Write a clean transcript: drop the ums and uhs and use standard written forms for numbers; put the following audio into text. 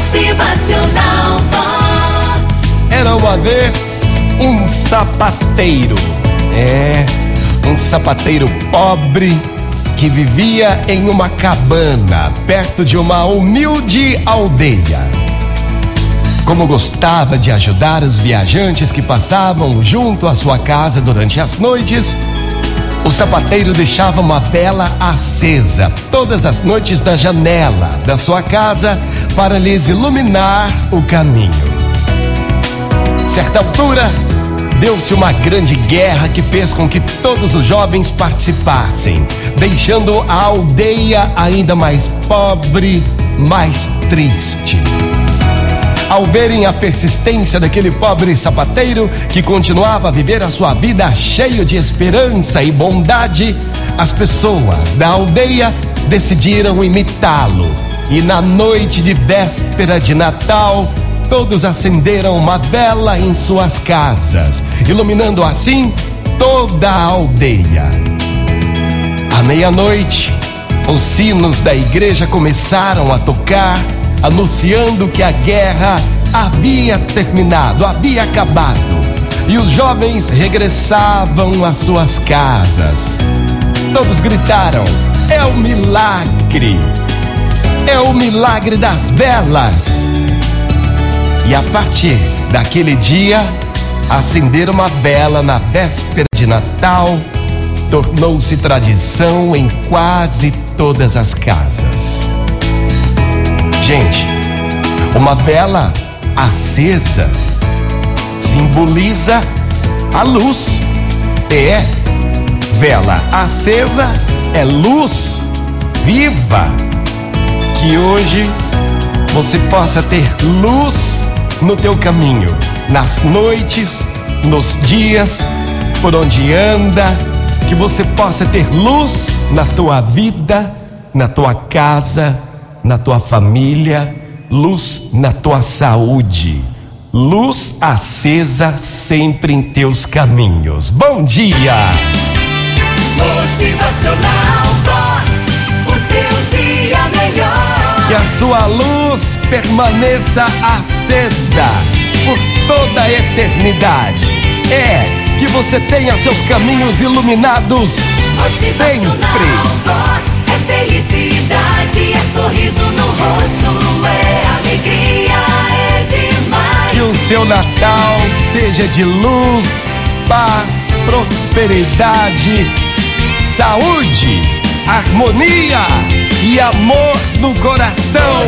Motivacional Vox. Era uma vez um sapateiro. Um sapateiro pobre que vivia em uma cabana perto de uma humilde aldeia. Como gostava de ajudar os viajantes que passavam junto à sua casa durante as noites, o sapateiro deixava uma vela acesa todas as noites na janela da sua casa para lhes iluminar o caminho. Certa altura, deu-se uma grande guerra que fez com que todos os jovens participassem, deixando a aldeia ainda mais pobre, mais triste. Ao verem a persistência daquele pobre sapateiro que continuava a viver a sua vida cheio de esperança e bondade, as pessoas da aldeia decidiram imitá-lo. E na noite de véspera de Natal, todos acenderam uma vela em suas casas, iluminando assim toda a aldeia. À meia-noite, os sinos da igreja começaram a tocar, anunciando que a guerra havia terminado, havia acabado, e os jovens regressavam às suas casas. Todos gritaram: é o milagre! É o milagre das velas! E a partir daquele dia, acender uma vela na véspera de Natal tornou-se tradição em quase todas as casas. Gente, uma vela acesa simboliza a luz. Vela acesa é luz viva. Que hoje você possa ter luz no teu caminho, nas noites, nos dias, por onde anda, que você possa ter luz na tua vida, na tua casa, na tua família, luz na tua saúde, luz acesa sempre em teus caminhos. Bom dia! Motivacional Vox, o seu dia melhor. Que a sua luz permaneça acesa por toda a eternidade. Que você tenha seus caminhos iluminados sempre. Motivacional Vox é felicidade, é sorriso no rosto, é alegria, é demais. Que o seu Natal seja de luz, paz, prosperidade, saúde, harmonia e amor no coração.